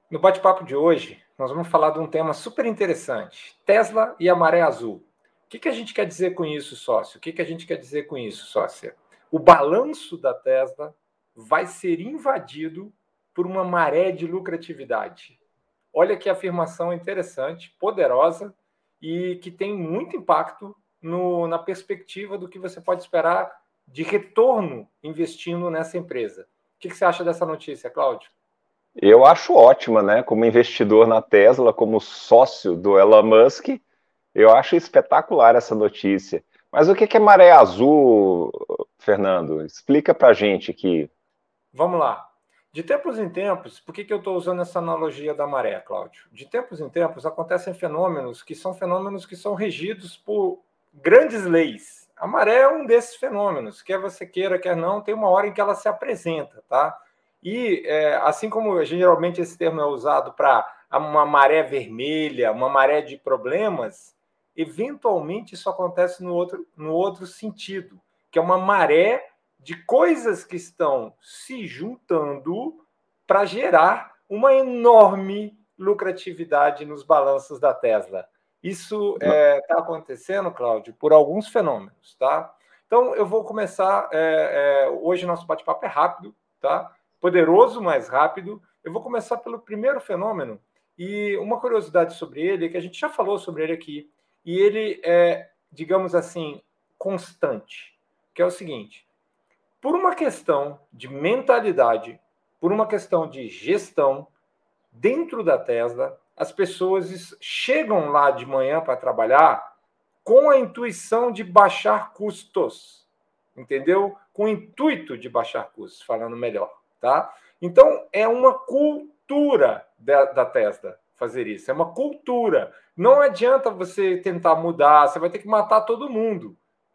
No bate-papo de hoje, nós vamos falar de um tema super interessante: Tesla e a maré azul. O que a gente quer dizer com isso, sócio? O que a gente quer dizer com isso, sócia? O balanço da Tesla vai ser invadido por uma maré de lucratividade. Olha que afirmação interessante, poderosa e que tem muito impacto na perspectiva do que você pode esperar de retorno investindo nessa empresa. O que você acha dessa notícia, Cláudio? Eu acho ótima, né? Como investidor na Tesla, como sócio do Elon Musk, eu acho espetacular essa notícia. Mas o que é maré azul, Fernando? Explica pra gente aqui. Vamos lá. De tempos em tempos, por que eu estou usando essa analogia da maré, Cláudio? De tempos em tempos acontecem fenômenos que são regidos por grandes leis. A maré é um desses fenômenos, quer você queira, quer não, tem uma hora em que ela se apresenta, tá? E assim como geralmente esse termo é usado para uma maré vermelha, uma maré de problemas, eventualmente isso acontece no outro sentido, que é uma maré de coisas que estão se juntando para gerar uma enorme lucratividade nos balanços da Tesla. Isso está acontecendo, Cláudio, por alguns fenômenos, tá? Então, eu vou começar. Hoje, nosso bate-papo é rápido, tá? Poderoso, mas rápido. Eu vou começar pelo primeiro fenômeno. E uma curiosidade sobre ele é que a gente já falou sobre ele aqui. E ele é, digamos assim, constante. Que é o seguinte: por uma questão de mentalidade, por uma questão de gestão, dentro da Tesla, as pessoas chegam lá de manhã para trabalhar com a intuição de baixar custos, entendeu? Com o intuito de baixar custos, falando melhor, tá? Então, é uma cultura da Tesla fazer isso, é uma cultura. Não adianta você tentar mudar, você vai ter que matar todo mundo.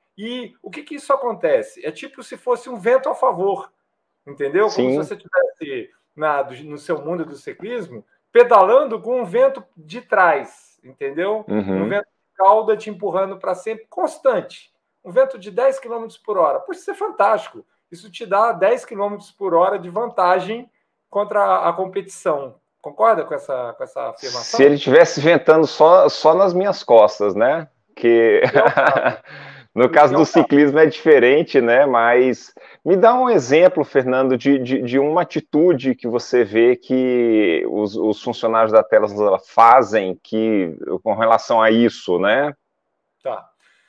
E o que isso acontece? É tipo se fosse um vento a favor, entendeu? Como se Sim. você estivesse no seu mundo do ciclismo, pedalando com um vento de trás, entendeu? Um Uhum. vento de cauda te empurrando para sempre, constante. Um vento de 10 km por hora. Pode ser fantástico. Isso te dá 10 km por hora de vantagem contra a competição. Concorda com essa Se ele afirmação? estivesse ventando só nas minhas costas, né? Que Que é o caso. no Que caso é do o caso. ciclismo é diferente, né? Mas me dá um exemplo, Fernando, de uma atitude que você vê que os funcionários da Tesla fazem com relação a isso, né? Tá.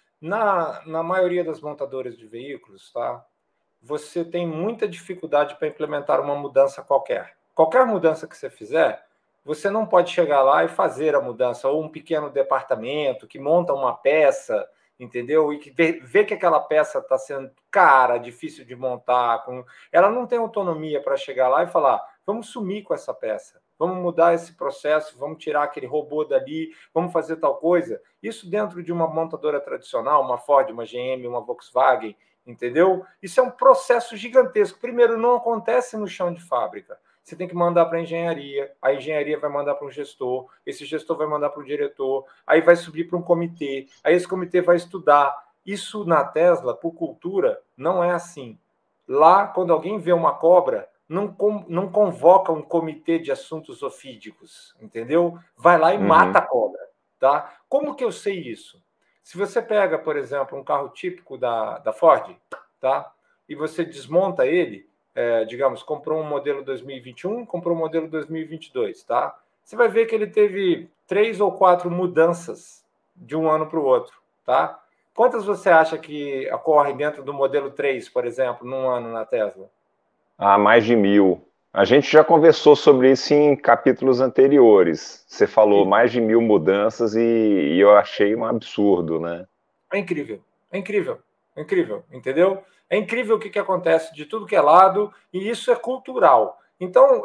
Na maioria das montadoras de veículos, tá? Você tem muita dificuldade para implementar uma mudança qualquer. Qualquer mudança que você fizer, você não pode chegar lá e fazer a mudança, ou um pequeno departamento que monta uma peça, entendeu? E que vê que aquela peça está sendo cara, difícil de montar, ela não tem autonomia para chegar lá e falar: vamos sumir com essa peça, vamos mudar esse processo, vamos tirar aquele robô dali, vamos fazer tal coisa. Isso dentro de uma montadora tradicional, uma Ford, uma GM, uma Volkswagen, entendeu? Isso é um processo gigantesco. Primeiro, não acontece no chão de fábrica. Você tem que mandar para a engenharia vai mandar para um gestor, esse gestor vai mandar para o diretor, aí vai subir para um comitê, aí esse comitê vai estudar. Isso na Tesla, por cultura, não é assim. Lá, quando alguém vê uma cobra, não convoca um comitê de assuntos ofídicos, entendeu? Vai lá e mata Uhum. a cobra, tá? Como que eu sei isso? Se você pega, por exemplo, um carro típico da Ford, tá? E você desmonta ele, digamos, comprou um modelo 2021, comprou um modelo 2022, tá? Você vai ver que ele teve 3 ou 4 mudanças de um ano para o outro, tá? Quantas você acha que ocorrem dentro do modelo 3, por exemplo, num ano na Tesla? Há mais de 1.000. A gente já conversou sobre isso em capítulos anteriores. Você falou mais de 1.000 mudanças e eu achei um absurdo, né? É incrível, é incrível, é incrível, entendeu? É incrível o que acontece de tudo que é lado, e isso é cultural. Então,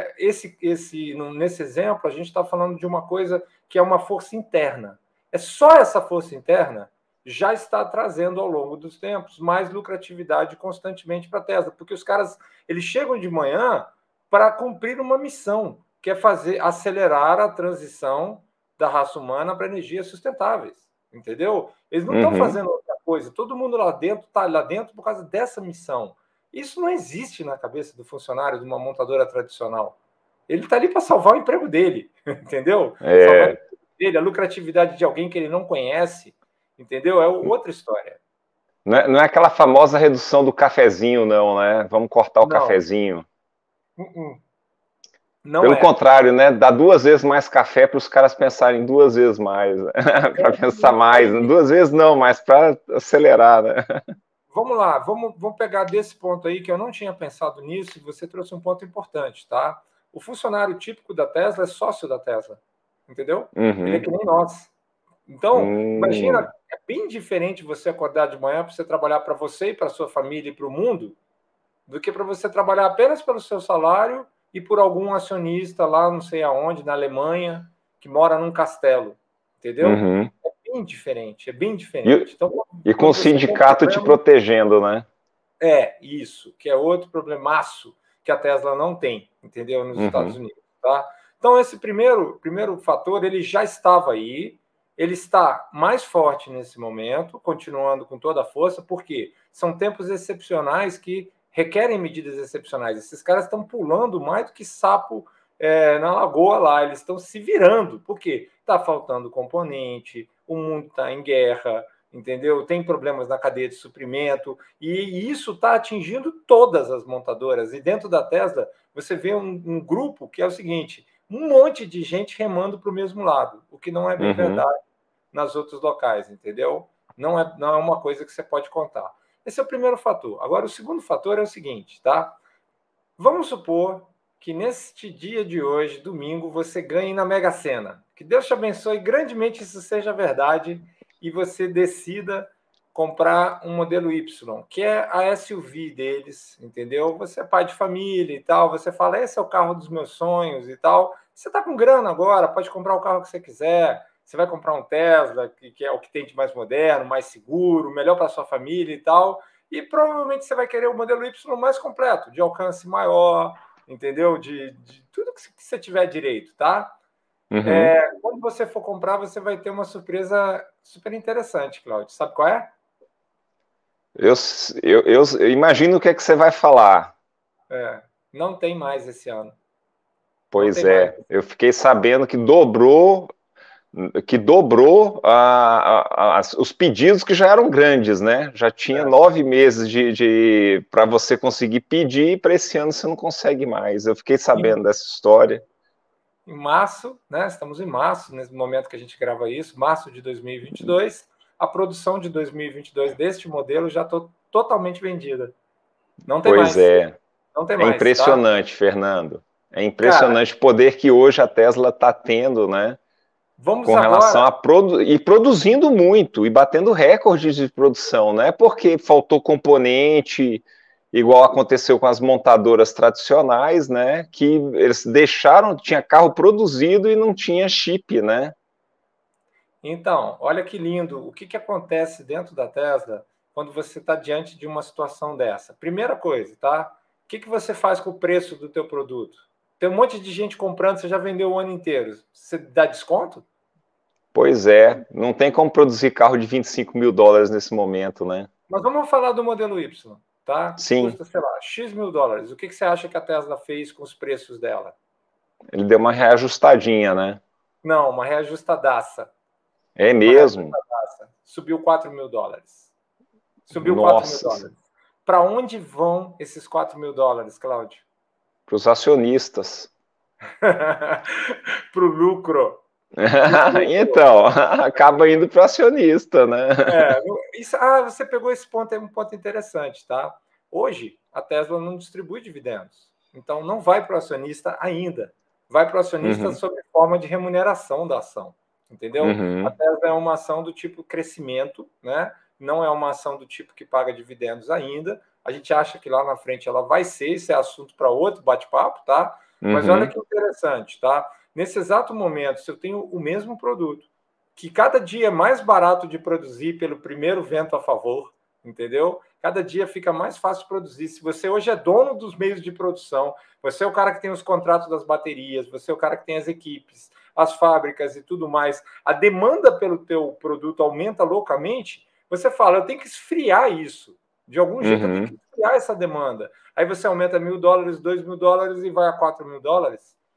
nesse exemplo, a gente está falando de uma coisa que é uma força interna. É só essa força interna já está trazendo ao longo dos tempos mais lucratividade constantemente para a Tesla, porque os caras eles chegam de manhã para cumprir uma missão, que é fazer acelerar a transição da raça humana para energias sustentáveis, entendeu? Eles não estão Uhum. fazendo outra coisa. Todo mundo lá dentro está lá dentro por causa dessa missão. Isso não existe na cabeça do funcionário de uma montadora tradicional. Ele está ali para salvar o emprego dele, entendeu? Salvar o É, emprego dele, a lucratividade de alguém que ele não conhece, entendeu? É outra história. não é aquela famosa redução do cafezinho, não, né? Vamos cortar o Não, cafezinho. não Pelo é. contrário, né? Dá 2 vezes mais café para os caras pensarem 2 vezes mais, né? Para pensar mais. Né? 2 vezes não, mas para acelerar, né? Vamos lá, vamos pegar desse ponto aí que eu não tinha pensado nisso, e você trouxe um ponto importante, tá? O funcionário típico da Tesla é sócio da Tesla, entendeu? Ele é Uhum. que nem nós. Então, imagina, Hum, é bem diferente você acordar de manhã para você trabalhar para você e para sua família e para o mundo, do que para você trabalhar apenas pelo seu salário e por algum acionista lá, não sei aonde, na Alemanha, que mora num castelo, entendeu? uhum. É bem diferente, é bem E, diferente. Então, e com o quando você tem um sindicato te problema, protegendo, né? é isso, que é outro problemaço que a Tesla não tem, entendeu? Nos Estados Uhum. Unidos, tá? Então, esse primeiro fator, ele já estava aí, ele está mais forte nesse momento, continuando com toda a força, porque são tempos excepcionais que requerem medidas excepcionais. Esses caras estão pulando mais do que sapo na lagoa lá, eles estão se virando, porque está faltando componente, o mundo está em guerra, entendeu? Tem problemas na cadeia de suprimento, e isso está atingindo todas as montadoras. E dentro da Tesla, você vê um grupo que é o seguinte: um monte de gente remando para o mesmo lado, o que não é bem Uhum. verdade nas outros locais, entendeu? Não é uma coisa que você pode contar. Esse é o primeiro fator. Agora, o segundo fator é o seguinte, tá? Vamos supor que neste dia de hoje, domingo, você ganhe na Mega Sena. Que Deus te abençoe grandemente, isso seja verdade, e você decida comprar um modelo Y, que é a SUV deles, entendeu? Você é pai de família e tal, você fala, esse é o carro dos meus sonhos e tal. Você está com grana agora, pode comprar o carro que você quiser. Você vai comprar um Tesla, que é o que tem de mais moderno, mais seguro, melhor para sua família e tal. E provavelmente você vai querer o modelo Y mais completo, de alcance maior, entendeu? De tudo que você tiver direito, tá? Uhum. Quando você for comprar, você vai ter uma surpresa super interessante, Claudio. Sabe qual é? Eu, eu imagino o que é que você vai falar. Não tem mais esse ano. Não Pois tem mais. é, eu fiquei sabendo que dobrou os pedidos que já eram grandes, né? Já tinha É. 9 meses para você conseguir pedir, e para esse ano você não consegue mais. Eu fiquei Em, sabendo dessa história. em março, né? Estamos em março, nesse momento que a gente grava isso, março de 2022. A produção de 2022 deste modelo já está totalmente vendida. Não tem Pois mais. é, Não tem é mais, tá? impressionante, Fernando. É Cara, impressionante o poder que hoje a Tesla está tendo, né? vamos Com relação agora. a e produzindo muito e batendo recordes de produção, não é porque faltou componente, igual aconteceu com as montadoras tradicionais, né? Que eles deixaram, tinha carro produzido e não tinha chip, né? Então, olha que lindo. O que acontece dentro da Tesla quando você está diante de uma situação dessa? Primeira coisa, tá? O que você faz com o preço do teu produto? Tem um monte de gente comprando, você já vendeu o ano inteiro. Você dá desconto? Pois é, não tem como produzir carro de 25 mil dólares nesse momento, né? Mas vamos falar do modelo Y, tá? Que Sim, custa, sei lá, X mil dólares. O que você acha que a Tesla fez com os preços dela? ele deu uma reajustadinha, né? Não, uma reajustadaça. É Uma mesmo? reajustadaça. Subiu 4 mil dólares. Subiu 4 mil Nossa, dólares. Para onde vão esses 4 mil dólares, Cláudio? para os acionistas. Para o lucro. Para o lucro. Então, acaba indo para o acionista, né? Você pegou esse ponto, é um ponto interessante, tá? Hoje, a Tesla não distribui dividendos. Então, não vai para o acionista ainda. Vai para o acionista Uhum, sob forma de remuneração da ação. Entendeu? A uhum, Tesla é uma ação do tipo crescimento, né? Não é uma ação do tipo que paga dividendos ainda. A gente acha que lá na frente ela vai ser, isso é assunto para outro bate-papo, tá? Mas olha uhum. que interessante, tá? Nesse exato momento, se eu tenho o mesmo produto, que cada dia é mais barato de produzir pelo primeiro vento a favor, entendeu? Cada dia fica mais fácil de produzir. Se você hoje é dono dos meios de produção, você é o cara que tem os contratos das baterias, você é o cara que tem as equipes, as fábricas e tudo mais, a demanda pelo teu produto aumenta loucamente, você fala, eu tenho que esfriar isso. De algum jeito eu tenho que Uhum. esfriar essa demanda. Aí você aumenta 1.000 dólares, 2.000 dólares e vai a 4 mil dólares.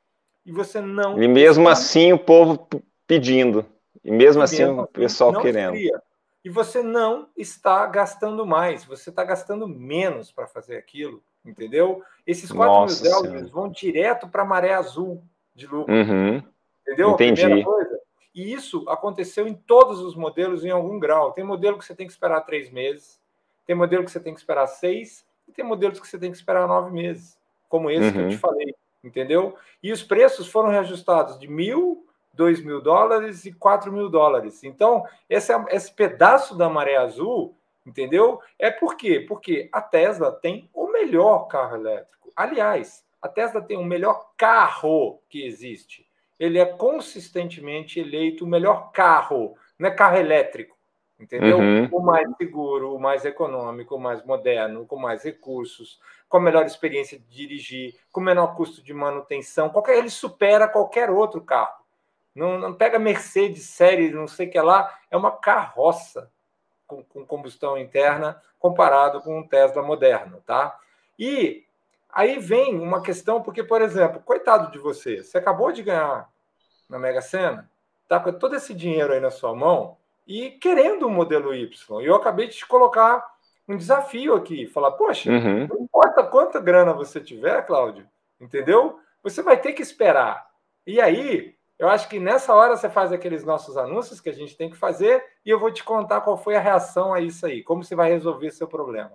e você não E mesmo assim o povo pedindo. E mesmo assim o pessoal não querendo. esfria. E você não está gastando mais, você está gastando menos para fazer aquilo, entendeu? Esses 4 mil Nossa dólares Senhora. vão direto para a maré azul de lucro, Uhum, entendeu? A primeira entendi. coisa. E isso aconteceu em todos os modelos em algum grau. Tem modelo que você tem que esperar 3 meses, tem modelo que você tem que esperar 6, e tem modelos que você tem que esperar 9 meses, como esse que eu te Uhum, falei, entendeu? E os preços foram reajustados de 1.000, 2.000 dólares e 4.000 dólares. Então, esse pedaço da maré azul, entendeu? É por quê? Porque a Tesla tem o melhor carro elétrico. Aliás, a Tesla tem o melhor carro que existe. Ele é consistentemente eleito o melhor carro, não é carro elétrico, entendeu? uhum. O mais seguro, o mais econômico, o mais moderno, com mais recursos, com a melhor experiência de dirigir, com o menor custo de manutenção. Ele supera qualquer outro carro. Não pega Mercedes série, não sei o que lá, é uma carroça com combustão interna comparado com um Tesla moderno, tá? E aí vem uma questão, porque, por exemplo, coitado de você, você acabou de ganhar na Mega Sena, tá com todo esse dinheiro aí na sua mão e querendo um modelo Y. E eu acabei de te colocar um desafio aqui, falar, poxa, Uhum. não importa quanta grana você tiver, Cláudio, entendeu? Você vai ter que esperar. E aí, eu acho que nessa hora você faz aqueles nossos anúncios que a gente tem que fazer e eu vou te contar qual foi a reação a isso aí, como você vai resolver seu problema.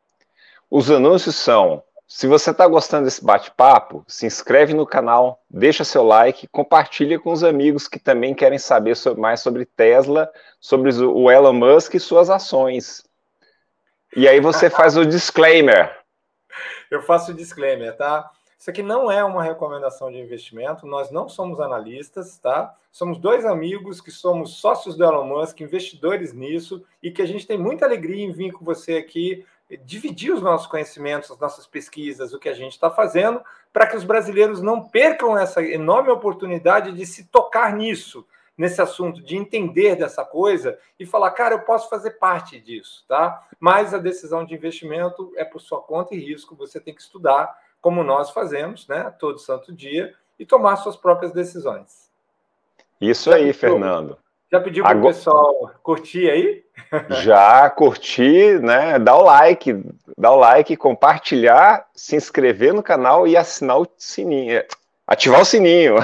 Os anúncios são: se você está gostando desse bate-papo, se inscreve no canal, deixa seu like, compartilha com os amigos que também querem saber mais sobre Tesla, sobre o Elon Musk e suas ações. E aí você faz o disclaimer. Eu faço o disclaimer, tá? Isso aqui não é uma recomendação de investimento, nós não somos analistas, tá? Somos dois amigos que somos sócios do Elon Musk, investidores nisso, e que a gente tem muita alegria em vir com você aqui, dividir os nossos conhecimentos, as nossas pesquisas, o que a gente está fazendo, para que os brasileiros não percam essa enorme oportunidade de se tocar nisso, nesse assunto, de entender dessa coisa e falar, cara, eu posso fazer parte disso, tá? Mas a decisão de investimento é por sua conta e risco, você tem que estudar, como nós fazemos, né, todo santo dia, e tomar suas próprias decisões. Isso Já aí, pediu, Fernando. já pediu para o Agora, pessoal curtir aí? já curtir, né? Dá o like, compartilhar, se inscrever no canal e assinar o sininho. Ativar o sininho.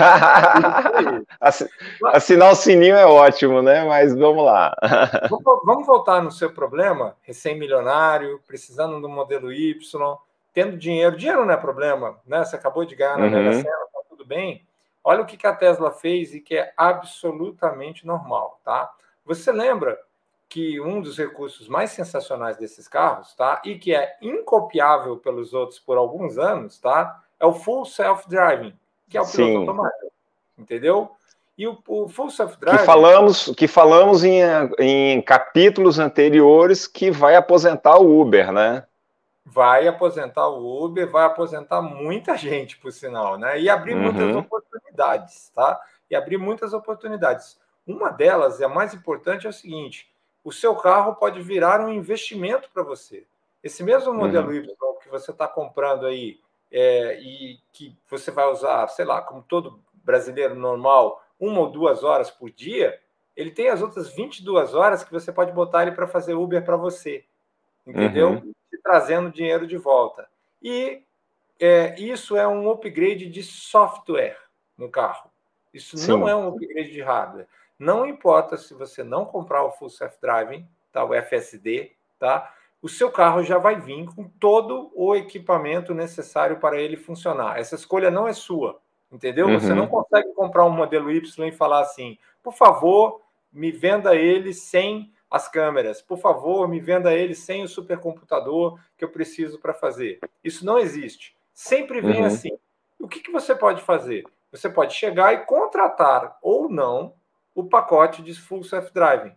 Assinar o sininho é ótimo, né? Mas vamos lá. Vamos voltar no seu problema, recém-milionário, precisando do modelo Y, tendo dinheiro. Dinheiro não é problema, né? Você acabou de ganhar na Mega Uhum. Sena, tá tudo bem. Olha o que a Tesla fez e que é absolutamente normal, tá? Você lembra que um dos recursos mais sensacionais desses carros, tá? E que é incopiável pelos outros por alguns anos, tá? É o Full Self-Driving, que é o piloto Sim. automático, entendeu? E o Full Que Self-Driving falamos em capítulos anteriores que vai aposentar o Uber, né? vai aposentar o Uber, vai aposentar muita gente, por sinal, né? E abrir muitas Uhum. oportunidades, tá? E abrir muitas oportunidades. Uma delas, e a mais importante, é o seguinte: o seu carro pode virar um investimento para você. Esse mesmo modelo Uhum. Y que você está comprando aí e que você vai usar, sei lá, como todo brasileiro normal, 1 ou 2 horas por dia, ele tem as outras 22 horas que você pode botar ele para fazer Uber para você, entendeu? Uhum. E trazendo dinheiro de volta. E isso é um upgrade de software no carro. Isso não é Sim. um upgrade de hardware. Não importa se você não comprar o Full Self Driving, tá? O FSD, tá? O seu carro já vai vir com todo o equipamento necessário para ele funcionar. Essa escolha não é sua, entendeu? Você não Uhum. consegue comprar um modelo Y e falar assim, por favor, me venda ele sem as câmeras, por favor, me venda ele sem o supercomputador que eu preciso para fazer. Isso não existe. Sempre vem Uhum. assim. O que você pode fazer? Você pode chegar e contratar ou não o pacote de Full Self Driving,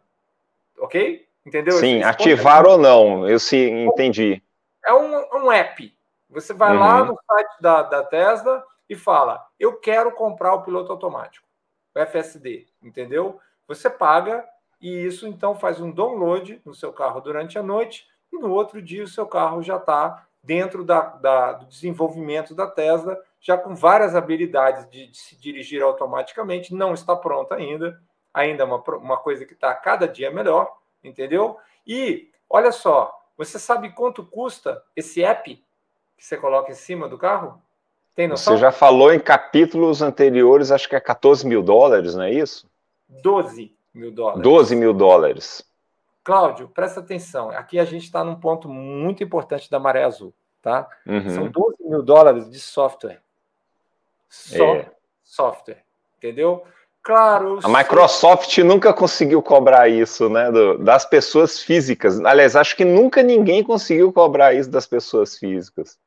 ok? Entendeu? Sim, Esse ponto ativar ou não, eu sim entendi. é um app. Você vai lá Uhum. no site da Tesla e fala: eu quero comprar o piloto automático, o FSD, entendeu? Você paga e isso então faz um download no seu carro durante a noite e no outro dia o seu carro já está dentro do desenvolvimento da Tesla, já com várias habilidades de se dirigir automaticamente, não está pronta ainda, ainda é uma coisa que está cada dia melhor, entendeu? E, olha só, você sabe quanto custa esse app que você coloca em cima do carro? Tem Você noção? já falou em capítulos anteriores, acho que é 14 mil dólares, não é isso? 12 mil 12 dólares. mil dólares. Cláudio, presta atenção. Aqui a gente está num ponto muito importante da Maré Azul, tá? São 12 mil dólares de software. Só software, entendeu? Claro, eu A sei. Microsoft nunca conseguiu cobrar isso, né, das pessoas físicas. Aliás, acho que nunca ninguém conseguiu cobrar isso das pessoas físicas.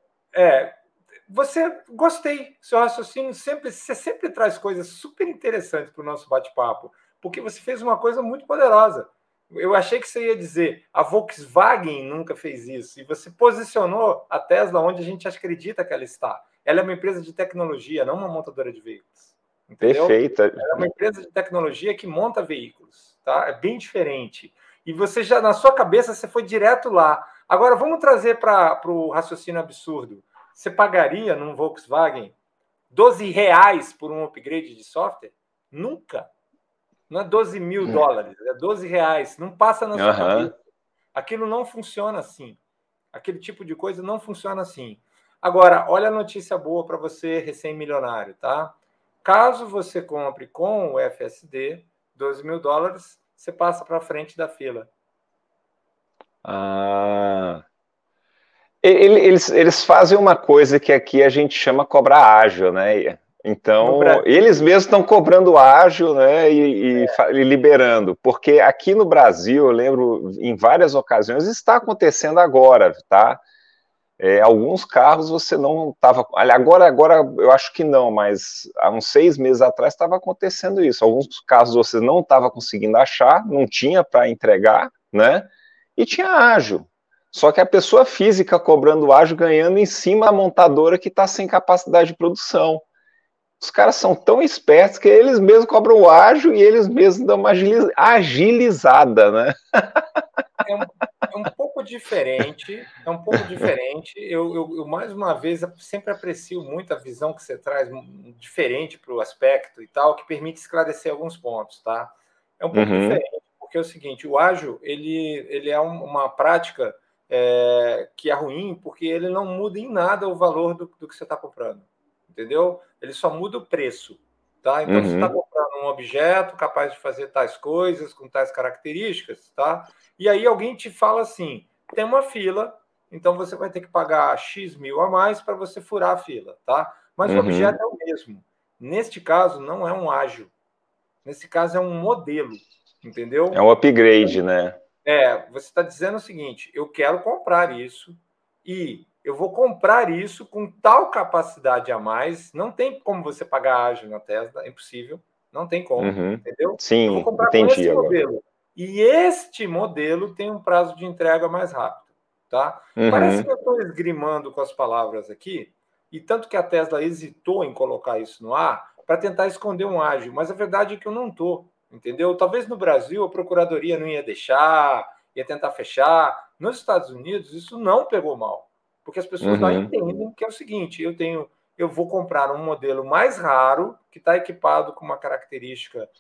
Gostei. Seu raciocínio você sempre traz coisas super interessantes para o nosso bate-papo, porque você fez uma coisa muito poderosa. Eu achei que você ia dizer a Volkswagen nunca fez isso, e você posicionou a Tesla onde a gente acredita que ela está. Ela é uma empresa de tecnologia, não uma montadora de veículos. Entendeu? Perfeita. Ela é uma empresa de tecnologia que monta veículos, tá? É bem diferente. E você já, na sua cabeça, você foi direto lá. Agora, vamos trazer para o raciocínio absurdo. Você pagaria num Volkswagen R$ 12 por um upgrade de software? Nunca. Não é 12 mil dólares, é R$ 12. Não passa na sua cabeça. Aquilo não funciona assim. Aquele tipo de coisa não funciona assim. Agora, olha a notícia boa para você, recém-milionário, tá? Caso você compre com o FSD, 12 mil dólares, você passa para frente da fila. Eles fazem uma coisa que aqui a gente chama cobrar ágil, né? Então, eles mesmos estão cobrando ágil, né, e liberando, porque aqui no Brasil, eu lembro, em várias ocasiões, está acontecendo agora, tá? Alguns carros você não estava... Agora eu acho que não, mas há uns 6 meses atrás estava acontecendo isso. Alguns carros você não estava conseguindo achar, não tinha para entregar, né? E tinha ágil. Só que a pessoa física cobrando ágil, ganhando em cima a montadora que está sem capacidade de produção. Os caras são tão espertos que eles mesmos cobram o ágil e eles mesmos dão uma agilizada, né? É um pouco diferente, é um pouco diferente. Eu, mais uma vez, sempre aprecio muito a visão que você traz, diferente para o aspecto e tal, que permite esclarecer alguns pontos, tá? É um pouco diferente, porque é o seguinte, o ágil, ele é uma prática que é ruim, porque ele não muda em nada o valor do que você está comprando, entendeu? Ele só muda o preço, tá? Então, você está comprando um objeto capaz de fazer tais coisas, com tais características, tá? E aí alguém te fala assim, tem uma fila, então você vai ter que pagar X mil a mais para você furar a fila, tá? Mas o objeto é o mesmo. Neste caso, não é um ágil. Nesse caso, é um modelo, entendeu? É um upgrade, né? Você está dizendo o seguinte, eu quero comprar isso e eu vou comprar isso com tal capacidade a mais, não tem como você pagar ágil na Tesla, é impossível, não tem como, entendeu? Eu vou Sim, comprar com entendi esse agora. modelo. E este modelo tem um prazo de entrega mais rápido, tá? Parece que eu estou esgrimando com as palavras aqui, e tanto que a Tesla hesitou em colocar isso no ar para tentar esconder um ágil, mas a verdade é que eu não estou, entendeu? Talvez no Brasil a procuradoria não ia deixar, ia tentar fechar. Nos Estados Unidos isso não pegou mal, porque as pessoas lá entendem que é o seguinte: eu vou comprar um modelo mais raro que está equipado com uma característica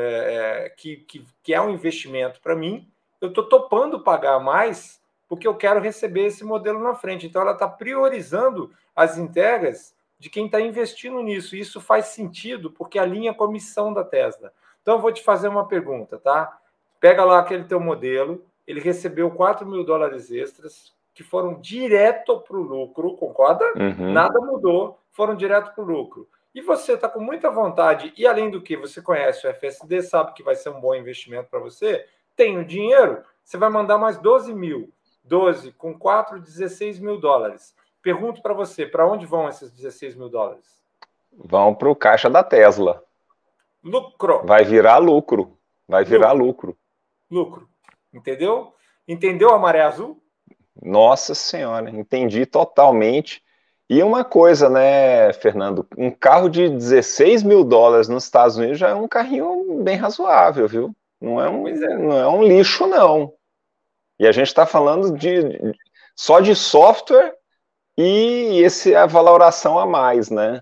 que é um investimento para mim. Eu estou topando pagar mais porque eu quero receber esse modelo na frente. Então ela está priorizando as entregas de quem está investindo nisso. E isso faz sentido porque alinha com a missão da Tesla. Então, eu vou te fazer uma pergunta, tá? Pega lá aquele teu modelo, ele recebeu 4 mil dólares extras, que foram direto para o lucro, concorda? Nada mudou, foram direto para o lucro. E você está com muita vontade, e além do que você conhece o FSD, sabe que vai ser um bom investimento para você, tem o dinheiro, você vai mandar mais 12 mil. 12 com 4, 16 mil dólares. Pergunto para você, para onde vão esses 16 mil dólares? Vão para o caixa da Tesla. Lucro. Vai virar lucro. Vai virar lucro. Lucro. Entendeu? Entendeu a maré azul? Nossa Senhora, entendi totalmente. E uma coisa, né, Fernando? Um carro de 16 mil dólares nos Estados Unidos já é um carrinho bem razoável, viu? Não é um lixo, não. E a gente está falando só de software e a valoração a mais, né?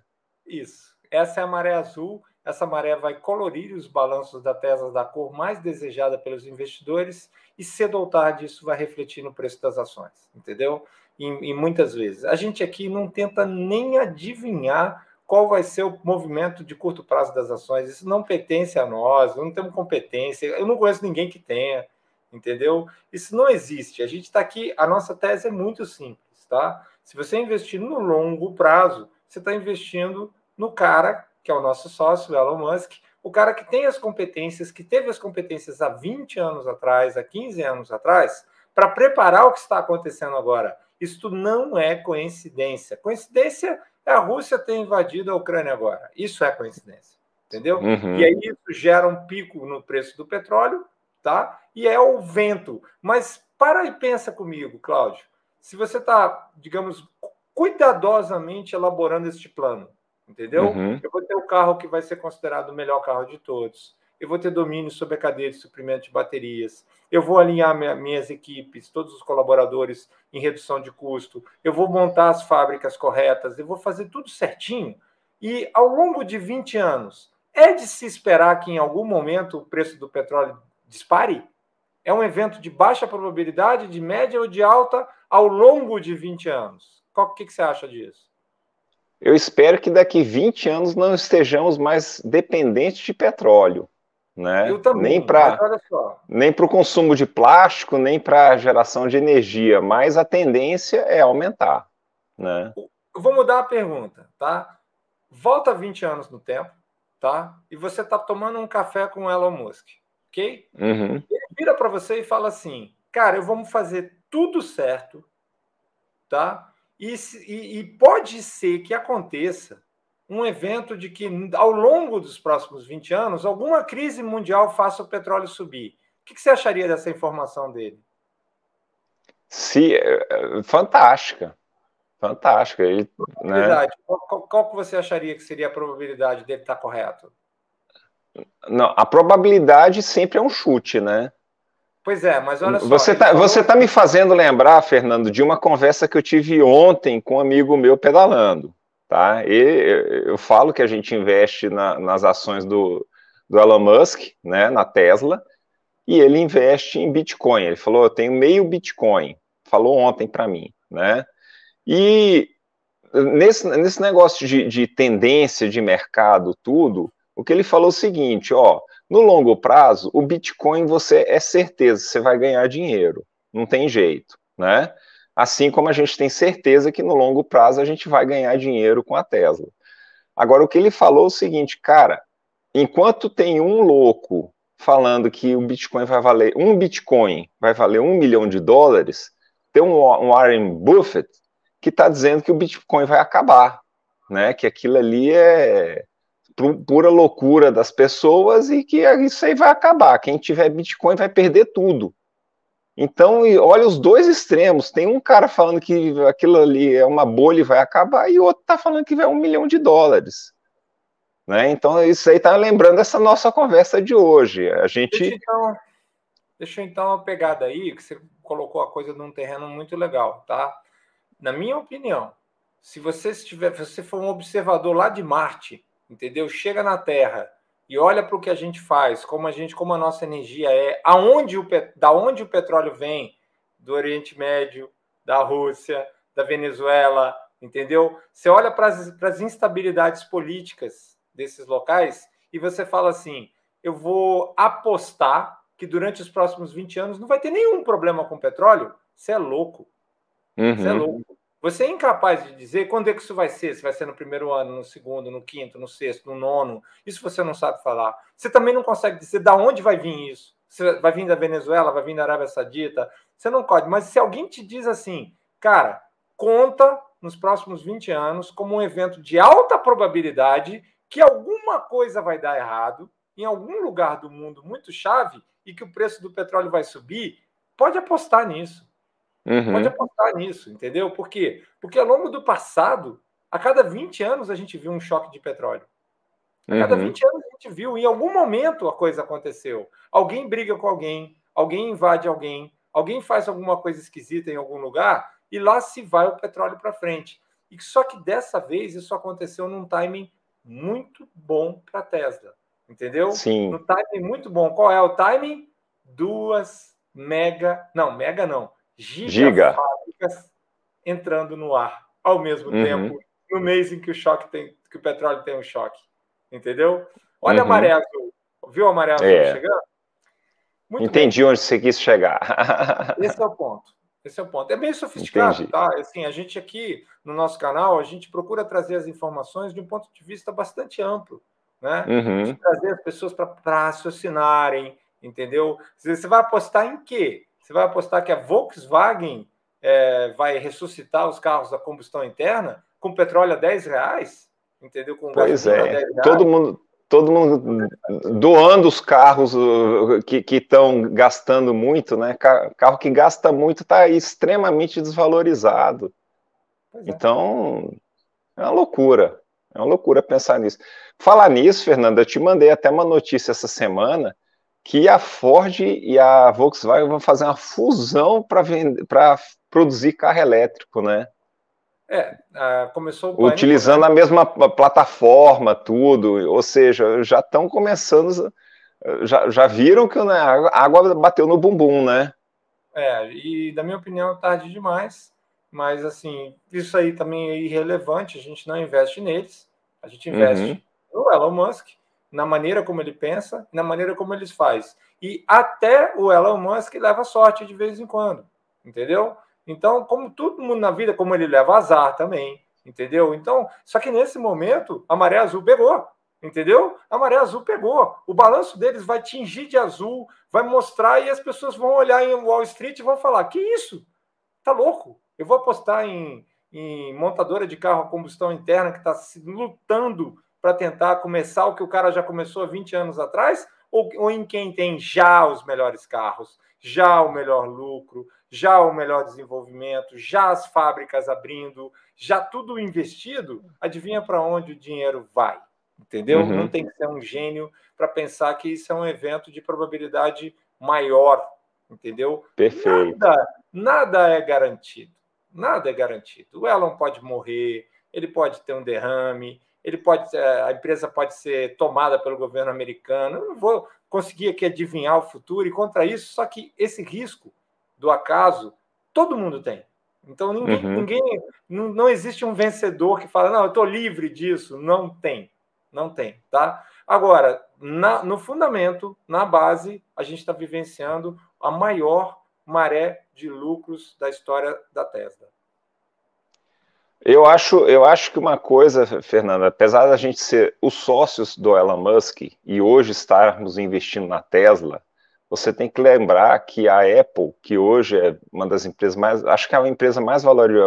Isso. Essa é a maré azul. Essa maré vai colorir os balanços da Tesla da cor mais desejada pelos investidores e cedo ou tarde isso vai refletir no preço das ações, entendeu? E muitas vezes. A gente aqui não tenta nem adivinhar qual vai ser o movimento de curto prazo das ações. Isso não pertence a nós, não temos competência. Eu não conheço ninguém que tenha, entendeu? Isso não existe. A gente está aqui, a nossa tese é muito simples, tá? Se você investir no longo prazo, você está investindo no cara que é o nosso sócio, o Elon Musk, o cara que tem as competências, que teve as competências há 20 anos atrás, há 15 anos atrás, para preparar o que está acontecendo agora. Isto não é coincidência. Coincidência é a Rússia ter invadido a Ucrânia agora. Isso é coincidência, entendeu? Uhum. E aí isso gera um pico no preço do petróleo, tá? E é o vento. Mas para e pensa comigo, Cláudio. Se você está, digamos, cuidadosamente elaborando este plano, entendeu? Uhum. Eu vou ter o carro que vai ser considerado o melhor carro de todos. Eu vou ter domínio sobre a cadeia de suprimento de baterias. Eu vou alinhar minhas equipes, todos os colaboradores em redução de custo. Eu vou montar as fábricas corretas. Eu vou fazer tudo certinho. E ao longo de 20 anos, é de se esperar que em algum momento o preço do petróleo dispare? É um evento de baixa probabilidade, de média ou de alta ao longo de 20 anos? O que você acha disso? Eu espero que daqui 20 anos não estejamos mais dependentes de petróleo, né? Eu também, mas olha só. Nem para o consumo de plástico, nem para a geração de energia, mas a tendência é aumentar, né? Eu vou mudar a pergunta, tá? Volta 20 anos no tempo, tá? E você está tomando um café com o Elon Musk, ok? Uhum. Ele vira para você e fala assim, cara, eu vou fazer tudo certo, tá? E pode ser que aconteça um evento de que, ao longo dos próximos 20 anos, alguma crise mundial faça o petróleo subir. O que você acharia dessa informação dele? Fantástica, fantástica. Ele, né? Probabilidade. Qual que você acharia que seria a probabilidade dele estar correto? Não, a probabilidade sempre é um chute, né? Pois é, mas olha só, Você ele tá, falou você tá me assim, fazendo lembrar, Fernando, de uma conversa que eu tive ontem com um amigo meu pedalando, tá? E eu falo que a gente investe nas ações do Elon Musk, né, na Tesla, e ele investe em Bitcoin. Ele falou, eu tenho meio Bitcoin. Falou ontem para mim, né? E nesse negócio de tendência de mercado, tudo, o que ele falou é o seguinte, ó, no longo prazo, o Bitcoin você é certeza, você vai ganhar dinheiro, não tem jeito, né? Assim como a gente tem certeza que no longo prazo a gente vai ganhar dinheiro com a Tesla. Agora, o que ele falou é o seguinte, cara, enquanto tem um louco falando que o Bitcoin vai valer, um Bitcoin vai valer US$ 1 milhão, tem um Warren Buffett que está dizendo que o Bitcoin vai acabar, né? Que aquilo ali é pura loucura das pessoas e que isso aí vai acabar. Quem tiver Bitcoin vai perder tudo. Então, olha os dois extremos. Tem um cara falando que aquilo ali é uma bolha e vai acabar, e o outro está falando que vai US$ 1 milhão. Né? Então, isso aí está lembrando essa nossa conversa de hoje. A deixa gente. então, deixa então uma pegada aí, que você colocou a coisa num terreno muito legal, tá? Na minha opinião, se você for um observador lá de Marte, entendeu? Chega na Terra e olha para o que a gente faz, como a nossa energia é, da onde o petróleo vem, do Oriente Médio, da Rússia, da Venezuela, entendeu? Você olha para as instabilidades políticas desses locais e você fala assim: eu vou apostar que durante os próximos 20 anos não vai ter nenhum problema com o petróleo. Você é louco. Você é Uhum. louco. Você é incapaz de dizer quando é que isso vai ser. Se vai ser no primeiro ano, no segundo, no quinto, no sexto, no nono. Isso você não sabe falar. Você também não consegue dizer de onde vai vir isso. Se vai vir da Venezuela, vai vir da Arábia Saudita. Você não pode. Mas se alguém te diz assim, cara, conta nos próximos 20 anos como um evento de alta probabilidade que alguma coisa vai dar errado em algum lugar do mundo muito chave e que o preço do petróleo vai subir, pode apostar nisso. Pode Uhum. apostar nisso, entendeu? Por quê? Porque ao longo do passado, a cada 20 anos a gente viu um choque de petróleo. A cada Uhum. 20 anos a gente viu, em algum momento a coisa aconteceu. Alguém briga com alguém invade alguém faz alguma coisa esquisita em algum lugar e lá se vai o petróleo para frente. E só que dessa vez isso aconteceu num timing muito bom para a Tesla, entendeu? Sim. No timing muito bom. Qual é o timing? 2 gigafábricas entrando no ar ao mesmo tempo, no mês em que o petróleo tem um choque, entendeu? Olha a maré azul. Viu a maré azul chegando? Muito Entendi bem. Onde você quis chegar. Esse é o ponto. É bem sofisticado, Entendi. tá? Assim, a gente aqui no nosso canal, a gente procura trazer as informações de um ponto de vista bastante amplo, né? De trazer as pessoas para raciocinarem, entendeu? Você vai apostar em quê? Você vai apostar que a Volkswagen vai ressuscitar os carros a combustão interna com petróleo a R$10? Entendeu? Com gasolina a R$10? Todo mundo doando os carros que estão gastando muito, né? Carro que gasta muito está extremamente desvalorizado. Então, é uma loucura. É uma loucura pensar nisso. Falar nisso, Fernanda, eu te mandei até uma notícia essa semana que a Ford e a Volkswagen vão fazer uma fusão para produzir carro elétrico, né? Começou o pânico, utilizando, né? A mesma plataforma, tudo, ou seja, já estão começando, já viram que, né, a água bateu no bumbum, né? E na minha opinião, tarde demais, mas assim, isso aí também é irrelevante, a gente não investe neles, a gente investe no Elon Musk, na maneira como ele pensa, na maneira como ele faz. E até o Elon Musk leva sorte de vez em quando, entendeu? Então, como todo mundo na vida, como ele leva azar também, entendeu? Então, só que nesse momento, a maré azul pegou, entendeu? A maré azul pegou. O balanço deles vai tingir de azul, vai mostrar e as pessoas vão olhar em Wall Street e vão falar, que isso? Tá louco? Eu vou apostar em montadora de carro a combustão interna que está lutando para tentar começar o que o cara já começou há 20 anos atrás? Ou em quem tem já os melhores carros, já o melhor lucro, já o melhor desenvolvimento, já as fábricas abrindo, já tudo investido? Adivinha para onde o dinheiro vai? Entendeu? Não tem que ser um gênio para pensar que isso é um evento de probabilidade maior, entendeu? Perfeito. Nada é garantido. Nada é garantido. O Elon pode morrer, ele pode ter um derrame, a empresa pode ser tomada pelo governo americano. Eu não vou conseguir aqui adivinhar o futuro e contra isso, só que esse risco do acaso todo mundo tem. Então não existe um vencedor que fala, não, eu estou livre disso. Não tem, tá? Agora, no fundamento, na base, a gente está vivenciando a maior maré de lucros da história da Tesla. Eu acho que uma coisa, Fernanda, apesar da gente ser os sócios do Elon Musk e hoje estarmos investindo na Tesla, você tem que lembrar que a Apple, que hoje é uma das empresas mais, acho que é a empresa mais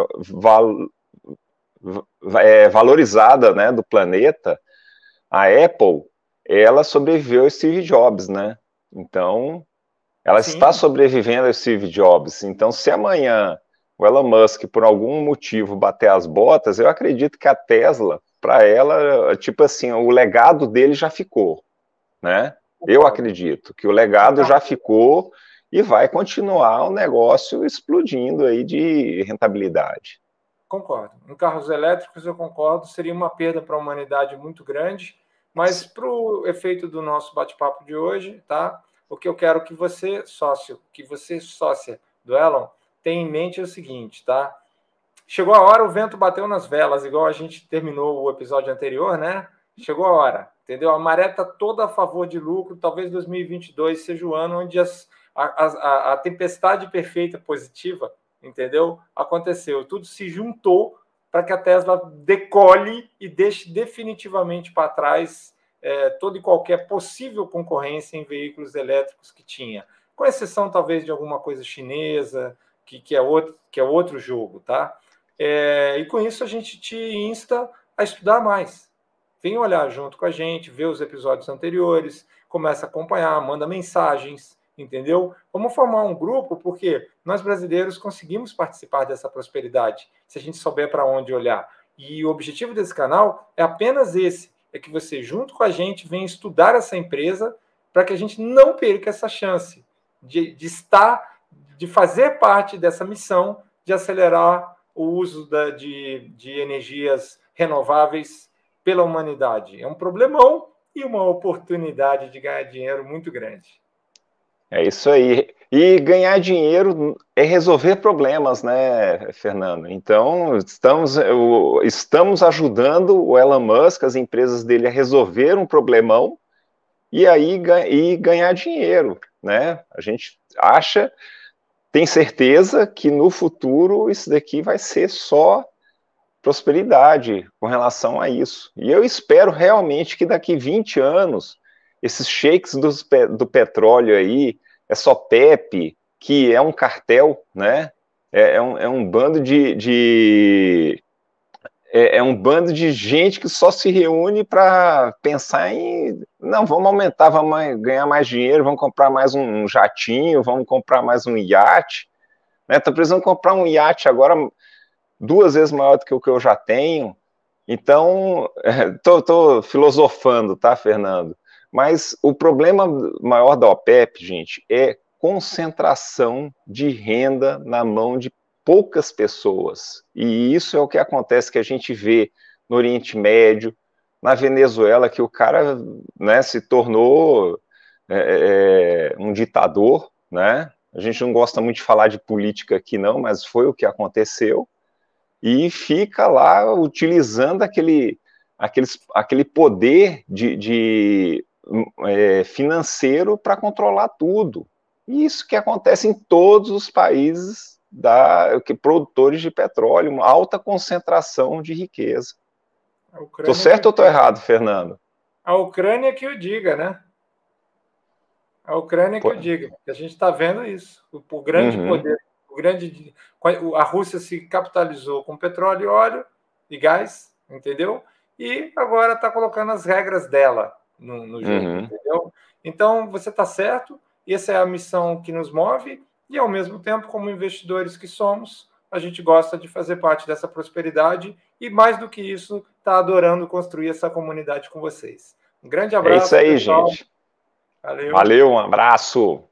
valorizada, né, do planeta, a Apple, ela sobreviveu ao Steve Jobs, né? Então, ela está sobrevivendo ao Steve Jobs. Então, se amanhã o Elon Musk, por algum motivo, bater as botas, eu acredito que a Tesla, para ela, tipo assim, o legado dele já ficou, né? Eu acredito que o legado já ficou e vai continuar o negócio explodindo aí de rentabilidade. Concordo. Em carros elétricos, eu concordo, seria uma perda para a humanidade muito grande, mas para o efeito do nosso bate-papo de hoje, tá? O que eu quero que você, sócia do Elon, tenha em mente é o seguinte, tá? Chegou a hora, o vento bateu nas velas, igual a gente terminou o episódio anterior, né? Chegou a hora, entendeu? A maré está toda a favor de lucro, talvez 2022 seja o ano onde a tempestade perfeita positiva, entendeu? Aconteceu, tudo se juntou para que a Tesla decole e deixe definitivamente para trás toda e qualquer possível concorrência em veículos elétricos que tinha, com exceção talvez de alguma coisa chinesa, que é outro jogo, tá? E com isso a gente te insta a estudar mais. Vem olhar junto com a gente, ver os episódios anteriores, começa a acompanhar, manda mensagens, entendeu? Vamos formar um grupo, porque nós brasileiros conseguimos participar dessa prosperidade, se a gente souber para onde olhar. E o objetivo desse canal é apenas esse, é que você, junto com a gente, venha estudar essa empresa para que a gente não perca essa chance de fazer parte dessa missão de acelerar o uso de energias renováveis pela humanidade. É um problemão e uma oportunidade de ganhar dinheiro muito grande. É isso aí. E ganhar dinheiro é resolver problemas, né, Fernando? Então, estamos ajudando o Elon Musk, as empresas dele, a resolver um problemão e aí ganhar dinheiro, né? A gente tem certeza que no futuro isso daqui vai ser só prosperidade com relação a isso. E eu espero realmente que daqui 20 anos, esses sheiks do petróleo aí, é só PEP, que é um cartel, né? É um bando é um bando de gente que só se reúne para pensar em não, vamos aumentar, vamos ganhar mais dinheiro, vamos comprar mais um jatinho, vamos comprar mais um iate, né? Tô precisando comprar um iate agora 2 vezes maior do que o que eu já tenho. Então, tô filosofando, tá, Fernando? Mas o problema maior da OPEP, gente, é concentração de renda na mão de poucas pessoas. E isso é o que acontece, que a gente vê no Oriente Médio, na Venezuela, que o cara, né, se tornou um ditador, né? A gente não gosta muito de falar de política aqui, não, mas foi o que aconteceu. E fica lá utilizando aquele poder financeiro para controlar tudo. E isso que acontece em todos os países produtores de petróleo, uma alta concentração de riqueza. Estou certo ou estou errado, Fernando? A Ucrânia que o diga, né? A Ucrânia que o diga, porque a gente está vendo isso. O grande poder, a Rússia se capitalizou com petróleo e óleo e gás, entendeu? E agora está colocando as regras dela no jogo, entendeu? Então, você está certo, e essa é a missão que nos move, e ao mesmo tempo, como investidores que somos, a gente gosta de fazer parte dessa prosperidade e, mais do que isso, está adorando construir essa comunidade com vocês. Um grande abraço, é isso aí, pessoal. gente. Valeu. Valeu, um abraço.